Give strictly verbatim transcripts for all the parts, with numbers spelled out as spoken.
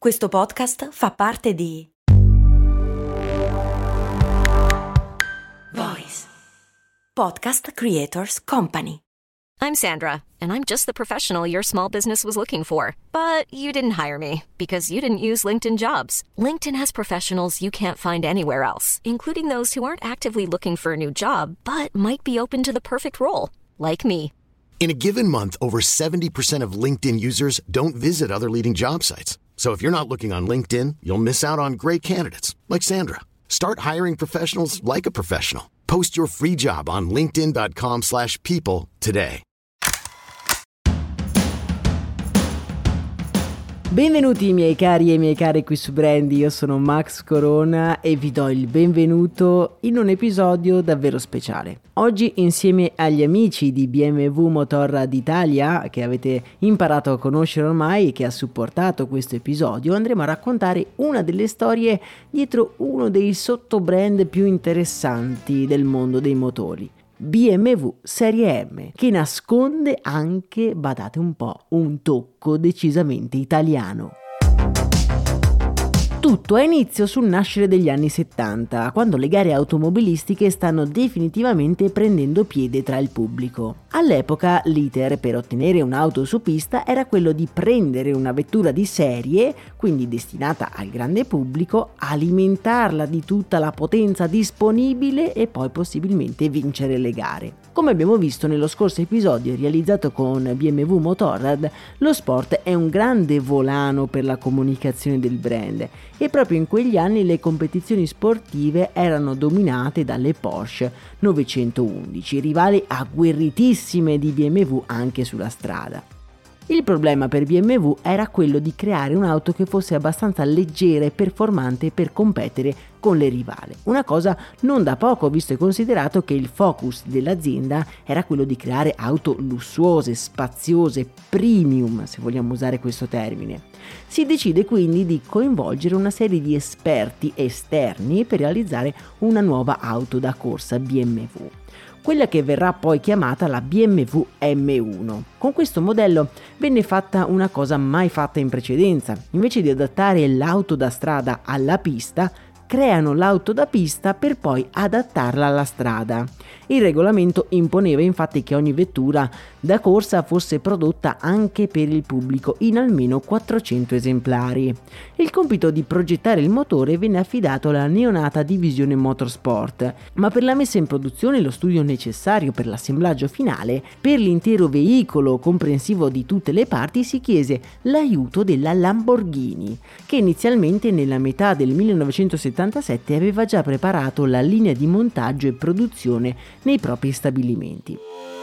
Questo podcast fa parte di Voice Podcast Creators Company. I'm Sandra, and I'm just the professional your small business was looking for. But you didn't hire me because you didn't use LinkedIn Jobs. LinkedIn has professionals you can't find anywhere else, including those who aren't actively looking for a new job, but might be open to the perfect role, like me. In a given month, over seventy percent of LinkedIn users don't visit other leading job sites. So if you're not looking on LinkedIn, you'll miss out on great candidates like Sandra. Start hiring professionals like a professional. Post your free job on linkedin dot com slash people today. Benvenuti miei cari e miei cari qui su Brandy, io sono Max Corona e vi do il benvenuto in un episodio davvero speciale. Oggi insieme agli amici di B M W Motorrad Italia, che avete imparato a conoscere ormai e che ha supportato questo episodio, andremo a raccontare una delle storie dietro uno dei sottobrand più interessanti del mondo dei motori. B M W Serie M, che nasconde anche, badate un po', un tocco decisamente italiano. Tutto ha inizio sul nascere degli anni settanta, quando le gare automobilistiche stanno definitivamente prendendo piede tra il pubblico. All'epoca l'iter per ottenere un'auto su pista era quello di prendere una vettura di serie, quindi destinata al grande pubblico, alimentarla di tutta la potenza disponibile e poi possibilmente vincere le gare. Come abbiamo visto nello scorso episodio realizzato con B M W Motorrad, lo sport è un grande volano per la comunicazione del brand e proprio in quegli anni le competizioni sportive erano dominate dalle Porsche novecentoundici, rivali agguerritissime di B M W anche sulla strada. Il problema per B M W era quello di creare un'auto che fosse abbastanza leggera e performante per competere con le rivali. Una cosa non da poco, visto e considerato che il focus dell'azienda era quello di creare auto lussuose, spaziose, premium, se vogliamo usare questo termine. Si decide quindi di coinvolgere una serie di esperti esterni per realizzare una nuova auto da corsa B M W. Quella che verrà poi chiamata la B M W M uno. Con questo modello venne fatta una cosa mai fatta in precedenza. Invece di adattare l'auto da strada alla pista, creano l'auto da pista per poi adattarla alla strada. Il regolamento imponeva infatti che ogni vettura da corsa fosse prodotta anche per il pubblico in almeno quattrocento esemplari. Il compito di progettare il motore venne affidato alla neonata divisione Motorsport, ma per la messa in produzione e lo studio necessario per l'assemblaggio finale, per l'intero veicolo comprensivo di tutte le parti, si chiese l'aiuto della Lamborghini, che inizialmente nella metà del millenovecentosettantasette aveva già preparato la linea di montaggio e produzione nei propri stabilimenti.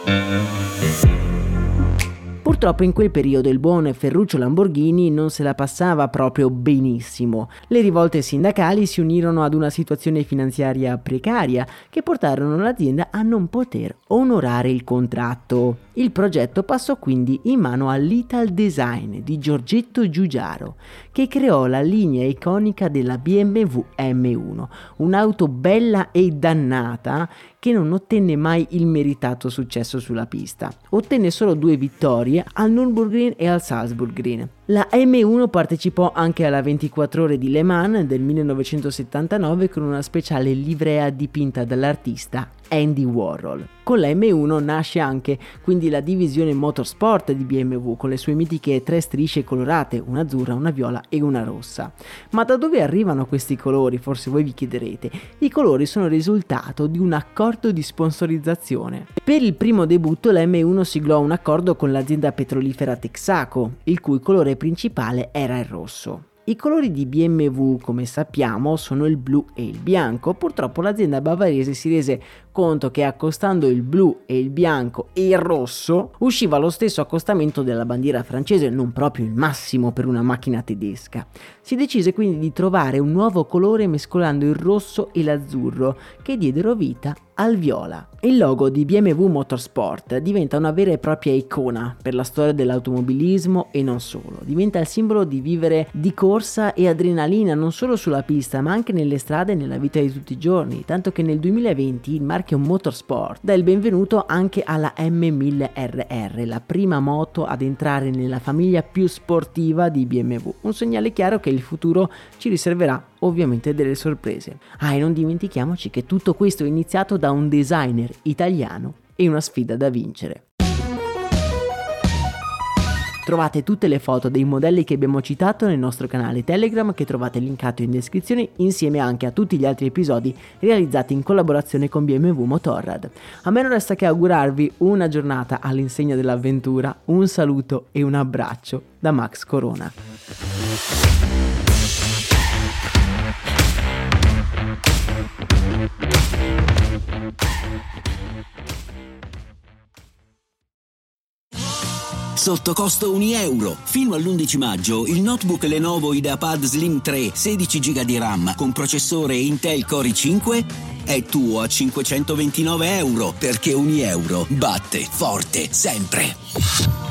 Purtroppo in quel periodo il buon Ferruccio Lamborghini non se la passava proprio benissimo. Le rivolte sindacali si unirono ad una situazione finanziaria precaria che portarono l'azienda a non poter onorare il contratto. Il progetto passò quindi in mano all'Italdesign di Giorgetto Giugiaro, che creò la linea iconica della B M W M uno, un'auto bella e dannata che non ottenne mai il meritato successo sulla pista. Ottenne solo due vittorie al Nürburgring e al Salzburgring. La M uno partecipò anche alla ventiquattro ore di Le Mans del millenovecentosettantanove con una speciale livrea dipinta dall'artista Andy Warhol. Con la M uno nasce anche quindi la divisione Motorsport di B M W con le sue mitiche tre strisce colorate, una azzurra, una viola e una rossa. Ma da dove arrivano questi colori? Forse voi vi chiederete. I colori sono il risultato di un accordo di sponsorizzazione. Per il primo debutto la M uno siglò un accordo con l'azienda petrolifera Texaco, il cui colore principale era il rosso. I colori di B M W, come sappiamo, sono il blu e il bianco. Purtroppo l'azienda bavarese si rese conto che accostando il blu e il bianco e il rosso usciva lo stesso accostamento della bandiera francese, non proprio il massimo per una macchina tedesca. Si decise quindi di trovare un nuovo colore mescolando il rosso e l'azzurro, che diedero vita al viola. Il logo di B M W Motorsport diventa una vera e propria icona per la storia dell'automobilismo e non solo. Diventa il simbolo di vivere di corsa e adrenalina non solo sulla pista ma anche nelle strade e nella vita di tutti i giorni, tanto che nel duemilaventi il marchio Tachyon Motorsport dà il benvenuto anche alla M mille R R, la prima moto ad entrare nella famiglia più sportiva di B M W, un segnale chiaro che il futuro ci riserverà ovviamente delle sorprese. Ah, e non dimentichiamoci che tutto questo è iniziato da un designer italiano e una sfida da vincere. Trovate tutte le foto dei modelli che abbiamo citato nel nostro canale Telegram, che trovate linkato in descrizione, insieme anche a tutti gli altri episodi realizzati in collaborazione con B M W Motorrad. A me non resta che augurarvi una giornata all'insegna dell'avventura, un saluto e un abbraccio da Max Corona. Sotto costo un euro. Fino all'undici maggio il notebook Lenovo IdeaPad Slim tre sedici giga di RAM con processore Intel Core i cinque è tuo a cinquecentoventinove euro, perché un euro batte forte sempre.